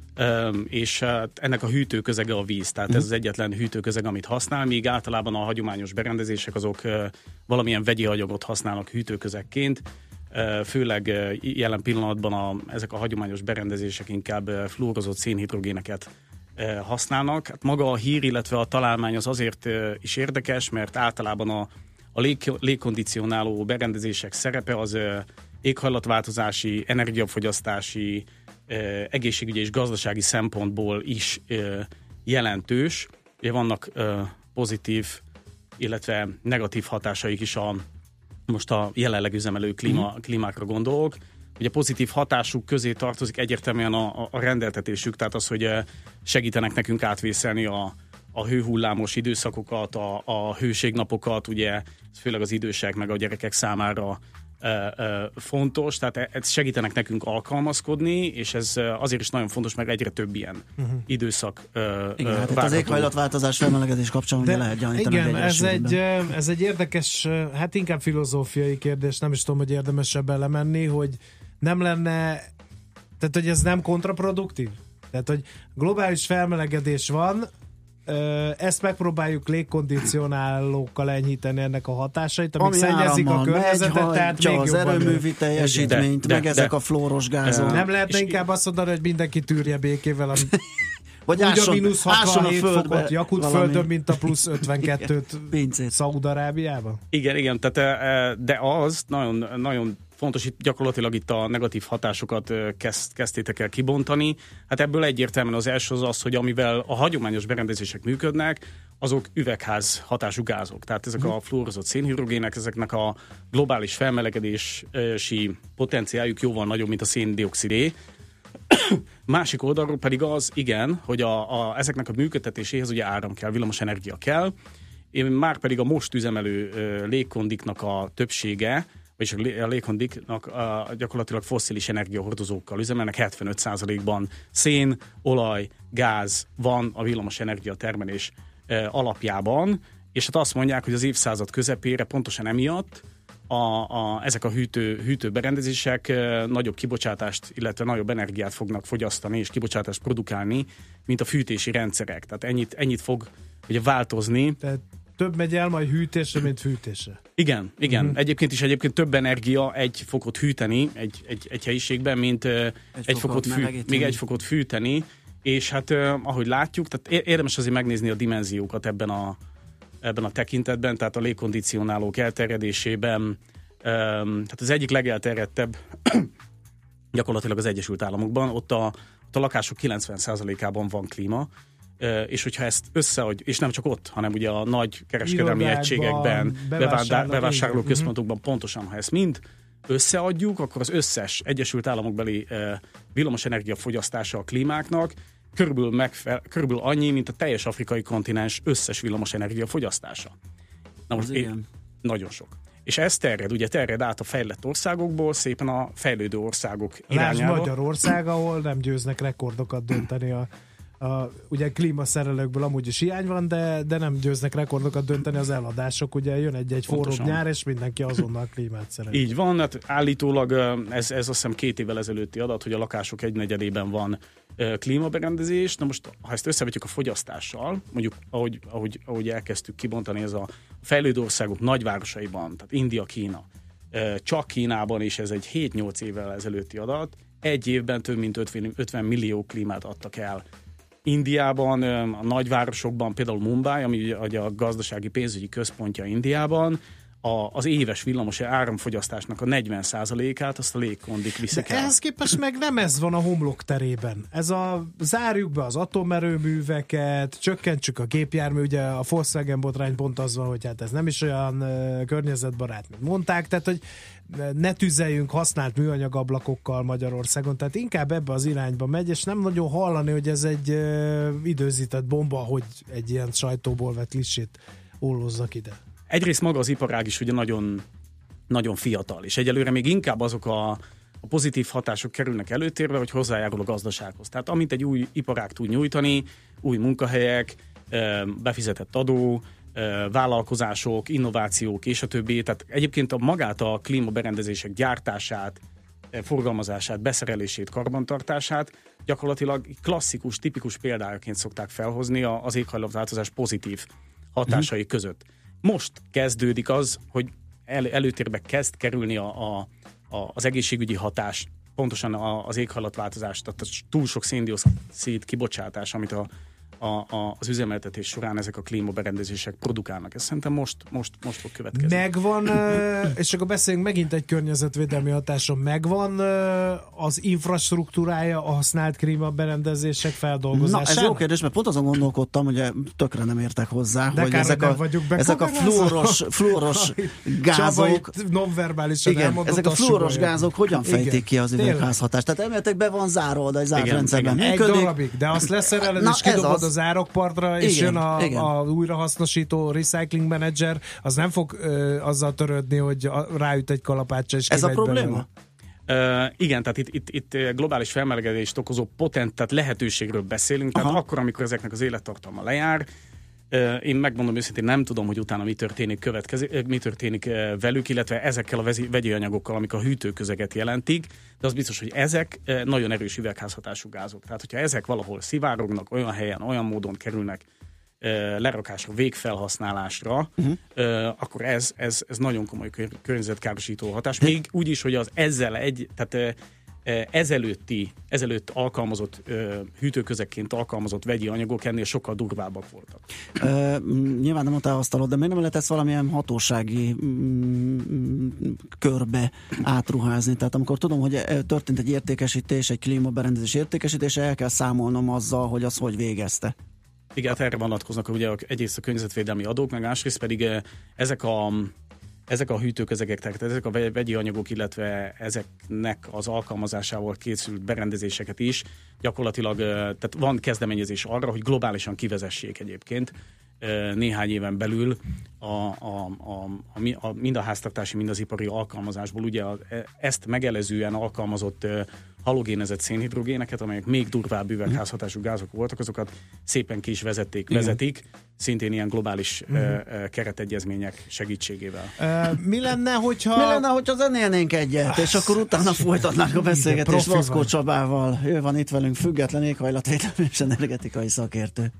és ennek a hűtőközege a víz, tehát ez az egyetlen hűtőközeg, amit használ, míg általában a hagyományos berendezések azok valamilyen vegyi anyagot használnak hűtőközekként, főleg jelen pillanatban ezek a hagyományos berendezések inkább fluorozott szénhidrogéneket használnak. Hát maga a hír, illetve a találmány az azért is érdekes, mert általában a légkondicionáló berendezések szerepe az éghajlatváltozási, energiafogyasztási, egészségügyi és gazdasági szempontból is jelentős. Ugye vannak pozitív, illetve negatív hatásaik is most a jelenleg üzemelő klímákra gondolok. Ugye pozitív hatásuk közé tartozik egyértelműen a rendeltetésük, tehát az, hogy segítenek nekünk átvészelni a hőhullámos időszakokat, a hőségnapokat, ugye ez főleg az idősek meg a gyerekek számára fontos, tehát ez segítenek nekünk alkalmazkodni, és ez azért is nagyon fontos, mert egyre több ilyen időszak igen, hát az éghajlatváltozás felmelegedés kapcsán ugye lehet gyanítani. Igen, ez egy érdekes, hát inkább filozófiai kérdés, nem is tudom, hogy érdemes ebben lemenni, hogy nem lenne, tehát hogy ez nem kontraproduktív? Tehát, hogy globális felmelegedés van, ezt megpróbáljuk légkondicionálókkal enyhíteni ennek a hatásait, amik szennyezik a környezetet, tehát még az erőművi teljesítményt, meg ezek a flóros gázok. Nem lehetne inkább azt mondani, hogy mindenki tűrje békével, vagy úgy a mínusz 67 fokot Jakut-földön, mint a plusz 52-t Szaúd-Arábiában? Igen, tehát, de az nagyon, nagyon fontos, gyakorlatilag itt a negatív hatásokat kezdtétek el kibontani. Hát ebből egyértelműen az első az, hogy amivel a hagyományos berendezések működnek, azok üvegház hatású gázok. Tehát ezek a fluorozott szénhidrogének, ezeknek a globális felmelegedési potenciáljuk jóval nagyobb, mint a széndioxidé. Másik oldalról pedig az, igen, hogy ezeknek a működtetéséhez ugye áram kell, villamos energia kell. Már pedig a most üzemelő légkondiknak a többsége, vagyis a légkondiknak gyakorlatilag fosszilis energiahordozókkal üzemelnek, 75%-ban szén, olaj, gáz van a villamos energia termelés alapjában, és hát azt mondják, hogy az évszázad közepére pontosan emiatt ezek a hűtőberendezések nagyobb kibocsátást, illetve nagyobb energiát fognak fogyasztani és kibocsátást produkálni, mint a fűtési rendszerek. Tehát ennyit fog ugye változni. Tehát több megy el majd hűtésre, mint fűtésre. Igen. Egyébként több energia egy fokot hűteni egy helyiségben, mint egy fokot fűteni, és hát ahogy látjuk, tehát érdemes azért megnézni a dimenziókat ebben a tekintetben, tehát a légkondicionálók elterjedésében, tehát az egyik legelterjedtebb gyakorlatilag az Egyesült Államokban, ott a lakások 90%-ában van klíma, és hogyha ezt összeadjuk, és nem csak ott, hanem ugye a nagy kereskedelmi egységekben, bevásárlóközpontokban pontosan, ha ezt mind összeadjuk, akkor az összes Egyesült Államokbeli villamosenergia fogyasztása a klímáknak körülbelül annyi, mint a teljes afrikai kontinens összes villamosenergia fogyasztása. Na most nagyon sok. és ez terjed át a fejlett országokból szépen a fejlődő országok irányába. Lásd Magyarország, ahol nem győznek rekordokat dönteni ugye klímaszerelőkből amúgy is hiány van, de nem győznek rekordokat dönteni az eladások. Ugye jön egy forróbb nyár, és mindenki azonnal klímát szerel. Így van, hát állítólag ez azt hiszem 2 évvel ezelőtti adat, hogy a lakások 1/4 van klímaberendezés. Na most, ha ezt összevetjük a fogyasztással, mondjuk ahogy elkezdtük kibontani, ez a fejlődő országok nagyvárosaiban, tehát India, Kína, csak Kínában, és ez egy 7-8 évvel ezelőtti adat, egy évben több mint 50 millió klímát adtak el. Indiában, a nagyvárosokban, például Mumbai, ami a gazdasági pénzügyi központja Indiában, az éves villamos áramfogyasztásnak a 40%-át azt a légkondik viszik el. Ehhez képest meg nem ez van a homlok terében. Zárjuk be az atomerőműveket, csökkentsük a gépjármű, ugye a Volkswagen botrány pont az van, hogy hát ez nem is olyan környezetbarát, mint mondták, tehát hogy ne tüzeljünk használt műanyagablakokkal Magyarországon, tehát inkább ebbe az irányba megy, és nem nagyon hallani, hogy ez egy időzített bomba, hogy egy ilyen sajtóból vett klissét ólozzak ide. Egyrészt maga az iparág is ugye nagyon, nagyon fiatal, és egyelőre még inkább azok a pozitív hatások kerülnek előtérbe, hogy hozzájárul a gazdasághoz. Tehát amint egy új iparág tud nyújtani, új munkahelyek, befizetett adó, vállalkozások, innovációk és a többi. Tehát egyébként magát a klímaberendezések gyártását, forgalmazását, beszerelését, karbantartását gyakorlatilag klasszikus, tipikus példájaként szokták felhozni az éghajlatváltozás pozitív hatásai között. Most kezdődik az, hogy előtérbe kezd kerülni az egészségügyi hatás, pontosan az éghajlatváltozás, tehát túl sok szén-dioxid kibocsátás, amit az üzemeltetés során ezek a klímaberendezések produkálnak. Ez szerintem most fog következni. Megvan, és akkor beszéljünk megint egy környezetvédelmi hatáson, megvan az infrastruktúrája a használt klímaberendezések feldolgozásának? Na, ez jó kérdés, mert pont azon gondolkodtam, hogy tökre nem értek hozzá, de hogy ezek a fluoros gázok, ezek a fluoros gázok hogyan fejtik ki az üvegházhatást? Tehát elméletek be van zárva oda, egy zárt rendszerben működik. Egy darabig, de azt leszereled, és kidobod az árokpartra, és jön a újrahasznosító recycling manager, az nem fog azzal törődni, hogy ráüt egy kalapáccsal, és ez a probléma? Igen, tehát itt globális felmelegedést okozó tehát lehetőségről beszélünk, tehát akkor, amikor ezeknek az élettartalma lejár, én megmondom őszintén, nem tudom, hogy utána mi történik velük, illetve ezekkel a vegyi anyagokkal, amik a hűtőközeget jelentik, de az biztos, hogy ezek nagyon erős üvegházhatású gázok. Tehát, hogyha ezek valahol szivárognak, olyan helyen, olyan módon kerülnek lerakásra, végfelhasználásra, akkor ez nagyon komoly környezetkárosító hatás. Még úgy is, hogy az ezelőtt alkalmazott hűtőközekként alkalmazott vegyi anyagok ennél sokkal durvábbak voltak. Nyilván nem a te asztalod, de miért nem lehet ezt valamilyen hatósági körbe átruházni? Tehát amikor tudom, hogy történt egy értékesítés, egy klímaberendezés értékesítése, el kell számolnom azzal, hogy az hogy végezte. Igen, hát erre vonatkoznak ugye egyrészt a környezetvédelmi adók, meg másrészt pedig ezek a hűtőközegek, tehát ezek a vegyi anyagok, illetve ezeknek az alkalmazásával készült berendezéseket is gyakorlatilag, tehát van kezdeményezés arra, hogy globálisan kivezessék egyébként néhány éven belül mind a háztartási, mind az ipari alkalmazásból ugye ezt megelezően alkalmazott halogénezett szénhidrogéneket, amelyek még durvább üvegházhatású gázok voltak, azokat szépen ki is vezetik, szintén ilyen globális keretegyezmények segítségével. Mi lenne, hogyha zenélnénk egyet, és akkor utána folytatnánk a beszélgetést Vaszkó Csabával. Ő van itt velünk, független éghajlatvédelmi és energetikai szakértő.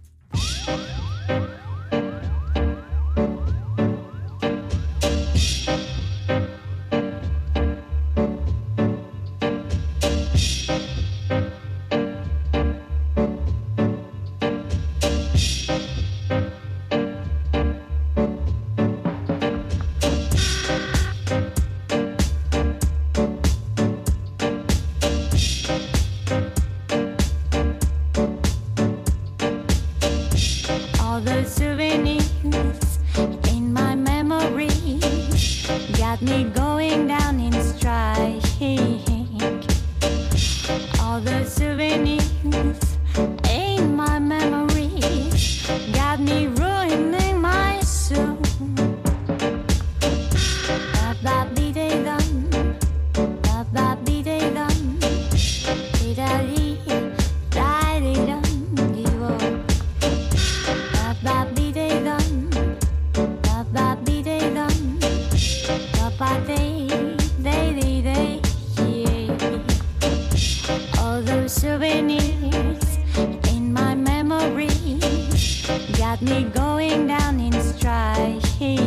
souvenirs in my memory got me going down in strike.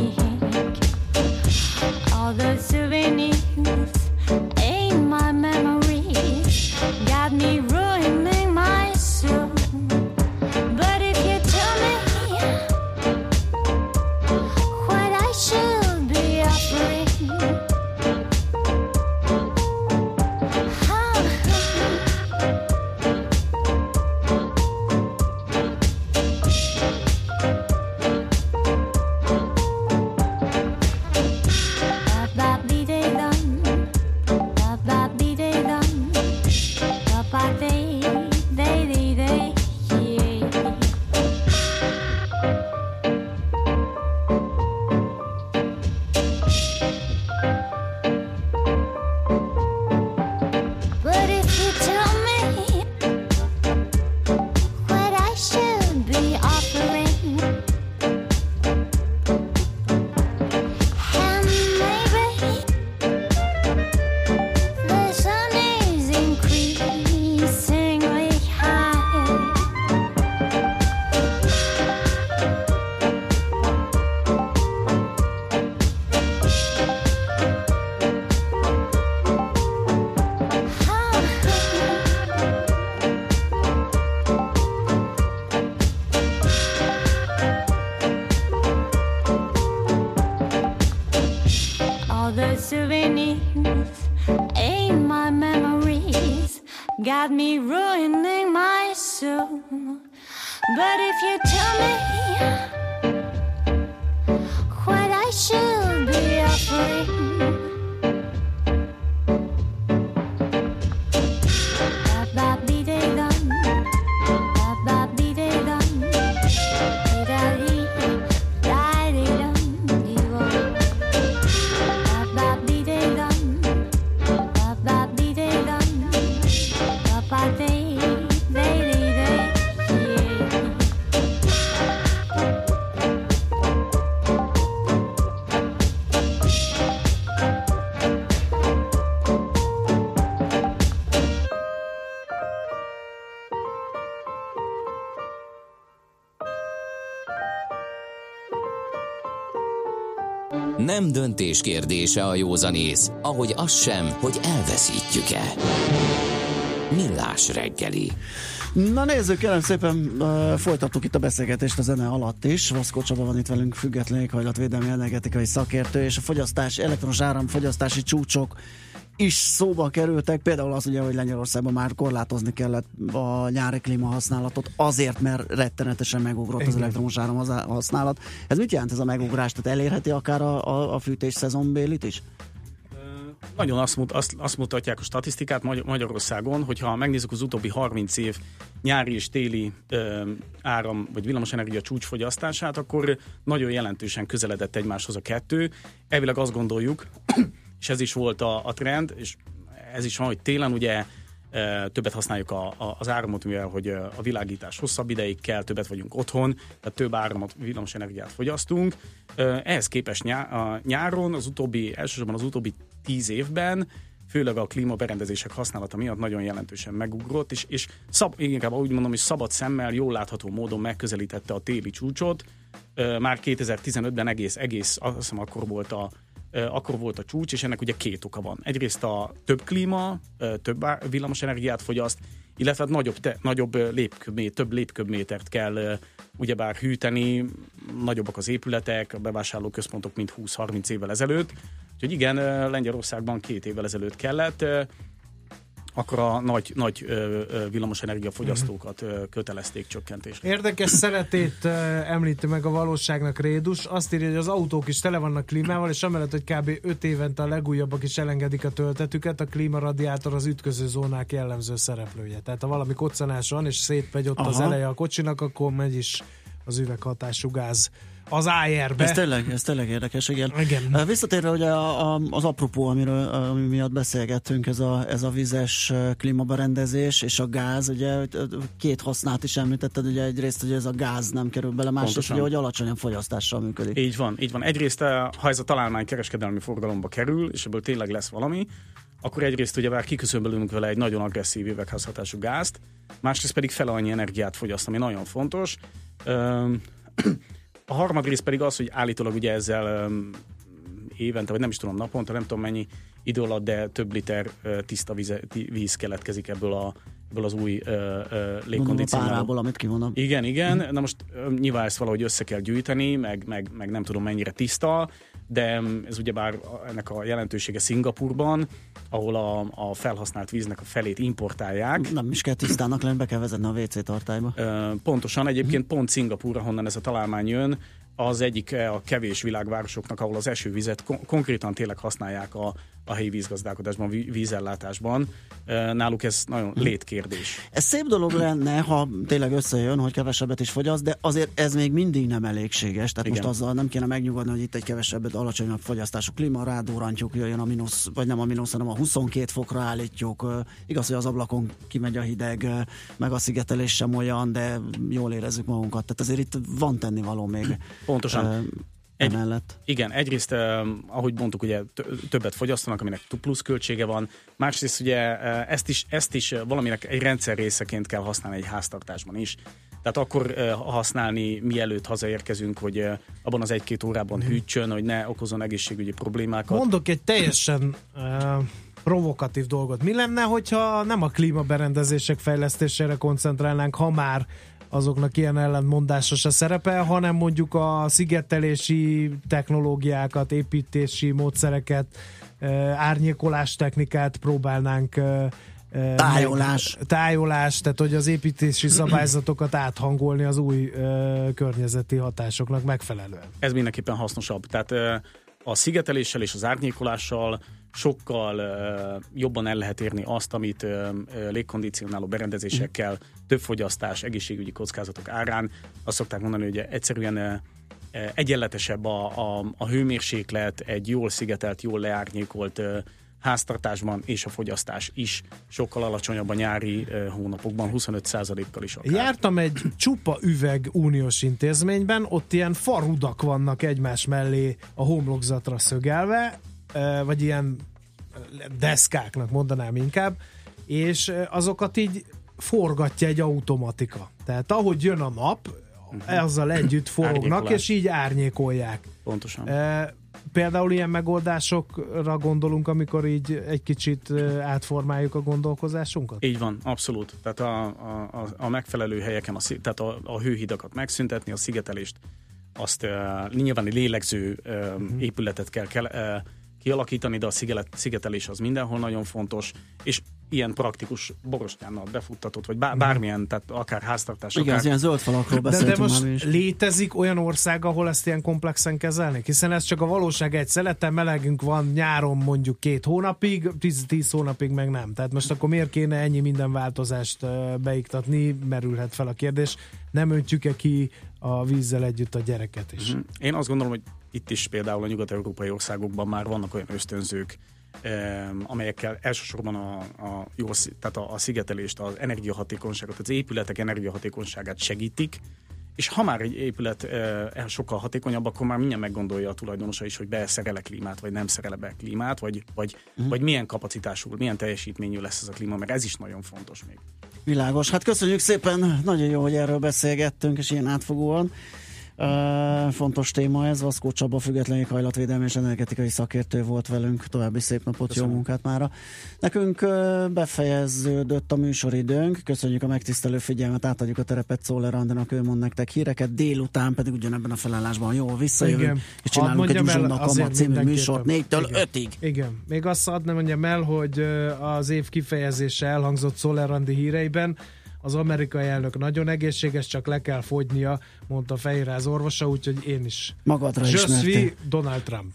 All the souvenirs in my memory got me ruining my soul. But if you tell me what I should be offering, got me ruining my soul. But if you tell me what I should be offering, Nem döntés kérdése a józanész, ahogy az sem, hogy elveszítjük-e. Millás reggeli. Na nézzük, kérem szépen, folytattuk itt a beszélgetést a zene alatt is. Vaszkó Csaba van itt velünk, független éghajlatvédelmi energetikai szakértő, és a fogyasztás, elektromos áramfogyasztási csúcsok is szóba kerültek. Például az ugye, hogy Lengyelországban már korlátozni kellett a nyári klímahasználatot azért, mert rettenetesen megugrott az elektromos áram használat. Ez mit jelent ez a megugrás? Tehát elérheti akár a fűtés szezonbélit is? Nagyon azt mutatják a statisztikát Magyarországon, hogyha megnézzük az utóbbi 30 év nyári és téli áram vagy villamosenergia csúcsfogyasztását, akkor nagyon jelentősen közeledett egymáshoz a kettő. Elvileg azt gondoljuk, és ez is volt a trend, és ez is van, hogy télen ugye többet használjuk az áramot, mivel hogy a világítás hosszabb ideig kell, többet vagyunk otthon, tehát több áramot, villamosenergiát fogyasztunk. Ehhez képest nyáron, elsősorban az utóbbi 10 évben, főleg a klímaberendezések használata miatt nagyon jelentősen megugrott, és inkább úgy mondom, hogy szabad szemmel, jól látható módon megközelítette a téli csúcsot. Már 2015-ben egész azt hiszem akkor volt a csúcs, és ennek ugye két oka van. Egyrészt a több klíma, több villamosenergiát fogyaszt, illetve több lépköbmétert kell ugyebár hűteni, nagyobbak az épületek, a bevásárlóközpontok, mint 20-30 évvel ezelőtt. Úgyhogy igen, Lengyelországban 2 évvel ezelőtt kellett, akkor a nagy villamosenergia fogyasztókat kötelezték csökkentésre. Érdekes szeretét említi meg a valóságnak Rédus. Azt írja, hogy az autók is tele vannak klímával, és amellett, hogy kb. 5 évente a legújabbak is elengedik a töltetüket, a klímaradiátor az ütköző zónák jellemző szereplője. Tehát ha valami koccanás van, és szétmegy ott az eleje a kocsinak, akkor megy is az üveghatású gáz az AR-be. Ez tényleg érdekes, igen. Visszatérve ugye az apropó, ami miatt beszélgettünk, ez a vizes klímaberendezés és a gáz, ugye két hasznát is említetted, ugye egyrészt, hogy ez a gáz nem kerül bele, másrészt ugye, hogy alacsonyabb fogyasztással működik. Így van. Egyrészt, ha ez a találmány kereskedelmi forgalomba kerül, és ebből tényleg lesz valami, akkor egyrészt ugyebár kiküszöbölünk vele egy nagyon agresszív üvegházhatású gázt, másrészt pedig fele annyi energiát fogyaszt, ami nagyon fontos. A harmadrészt pedig az, hogy állítólag ugye ezzel évente, vagy nem is tudom, naponta, nem tudom mennyi idő alatt, de több liter tiszta víz keletkezik ebből az új légkondicionáló. Párából, amit kivonom. Igen. Na most nyilván ezt valahogy össze kell gyűjteni, meg nem tudom mennyire tiszta, de ez ugyebár ennek a jelentősége Szingapurban, ahol a felhasznált víznek a felét importálják. Nem is kell tisztának lenni, be kell vezetni a WC tartályba. Pontosan, egyébként pont Szingapúr, honnan ez a találmány jön, az egyik a kevés világvárosoknak, ahol az esővizet konkrétan tényleg használják a helyi vízgazdálkodásban, vízellátásban. Náluk ez nagyon létkérdés. Ez szép dolog lenne, ha tényleg összejön, hogy kevesebbet is fogyaszt, de azért ez még mindig nem elégséges. Tehát igen. Most azzal nem kéne megnyugodni, hogy itt egy kevesebbet, alacsonyabb fogyasztású klíma, rádurrantjuk, jöjjön a mínusz, vagy nem a mínusz, hanem a 22 fokra állítjuk. Igaz, hogy az ablakon kimegy a hideg, meg a szigetelés sem olyan, de jól érezzük magunkat. Tehát azért itt van tennivaló még. Pontosan. Igen, egyrészt, ahogy mondtuk, ugye többet fogyasztanak, aminek plusz költsége van, másrészt ugye ezt is valaminek egy rendszer részeként kell használni egy háztartásban is. Tehát akkor használni, mielőtt hazaérkezünk, hogy abban az 1-2 órában hűtsön, hogy ne okozzon egészségügyi problémákat. Mondok egy teljesen provokatív dolgot. Mi lenne, hogyha nem a klímaberendezések fejlesztésére koncentrálnánk, ha már azoknak ilyen ellentmondásos a szerepe, hanem mondjuk a szigetelési technológiákat, építési módszereket, árnyékolás technikát próbálnánk tájolás, tehát hogy az építési szabályzatokat áthangolni az új környezeti hatásoknak megfelelően. Ez mindenképpen hasznosabb. Tehát a szigeteléssel és az árnyékolással sokkal jobban el lehet érni azt, amit légkondicionáló berendezésekkel, több fogyasztás, egészségügyi kockázatok árán. Azt szokták mondani, hogy egyszerűen egyenletesebb a hőmérséklet, egy jól szigetelt, jól leárnyékolt háztartásban, és a fogyasztás is sokkal alacsonyabb a nyári hónapokban, 25%-kal is akár. Jártam egy csupa üveg uniós intézményben, ott ilyen farudak vannak egymás mellé a homlokzatra szögelve, vagy ilyen deszkáknak mondanám inkább, és azokat így forgatja egy automatika. Tehát ahogy jön a nap, azzal együtt forognak, és így árnyékolják. Pontosan. Például ilyen megoldásokra gondolunk, amikor így egy kicsit átformáljuk a gondolkozásunkat? Így van, abszolút. Tehát a megfelelő helyeken, tehát a hőhidakat megszüntetni, a szigetelést, azt nyilván egy lélegző épületet kell kialakítani, de a szigetelés az mindenhol nagyon fontos, és ilyen praktikus borostyánnal befuttatott, vagy bármilyen, tehát akár háztartás. Igen, az ilyen zöld falakról beszéltünk. De most létezik olyan ország, ahol ezt ilyen komplexen kezelnék? Hiszen ez csak a valóság egy szelete, melegünk van nyáron mondjuk 2 hónapig, 10 hónapig meg nem. Tehát most akkor miért kéne ennyi minden változást beiktatni, merülhet fel a kérdés. Nem öntjük-e ki a vízzel együtt a gyereket is? Én azt gondolom, hogy itt is például a nyugat-európai országokban már vannak olyan ösztönzők, amelyekkel elsősorban tehát a szigetelést, az energiahatékonyságot, az épületek energiahatékonyságát segítik, és ha már egy épület sokkal hatékonyabb, akkor már mindjárt meggondolja a tulajdonosa is, hogy beszerele klímát, vagy nem szerele be klímát, vagy milyen kapacitású, milyen teljesítményű lesz ez a klíma, mert ez is nagyon fontos még. Világos. Hát köszönjük szépen, nagyon jó, hogy erről beszélgettünk, és ilyen átfogóan. Fontos téma ez, Vaszkó Csaba, független éghajlatvédelmi és energetikai szakértő volt velünk. További szép napot, köszönöm. Jó munkát mára. Nekünk befejeződött a műsoridőnk, köszönjük a megtisztelő figyelmet, átadjuk a terepet Czoller Andrának, ő mond nektek híreket, délután pedig ugyanebben a felállásban jól visszajövünk, igen. És csinálunk egy Uzsonna Kamat című műsort 4-től 5-ig. Igen, még azt nem mondjam el, hogy az év kifejezése elhangzott Czoller Andi híreiben. Az amerikai elnök nagyon egészséges, csak le kell fogynia, mondta Fejráz orvosa, úgyhogy én is. Magadra ismertél. Donald Trump.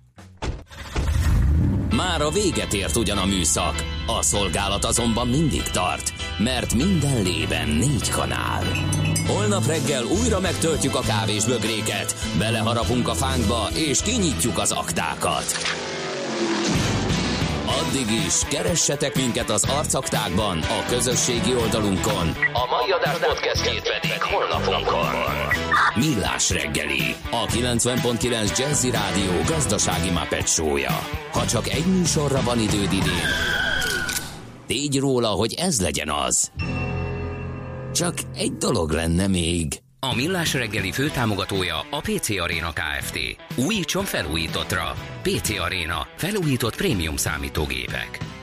Már a véget ért ugyan a műszak, a szolgálat azonban mindig tart, mert minden lében 4 kanál. Holnap reggel újra megtöltjük a kávésbögréket, beleharapunk a fánkba és kinyitjuk az aktákat. Addig is, keressetek minket az arcaktákban, a közösségi oldalunkon. A mai adás podcastjét pedig honlapunkon. Millás reggeli, a 90.9 Jazzy Rádió gazdasági Muppet show-ja. Ha csak egy műsorra van időd idén, tégy róla, hogy ez legyen az. Csak egy dolog lenne még. A Millás reggeli főtámogatója a PC Arena Kft. Újítson felújítottra. PC Arena. Felújított prémium számítógépek.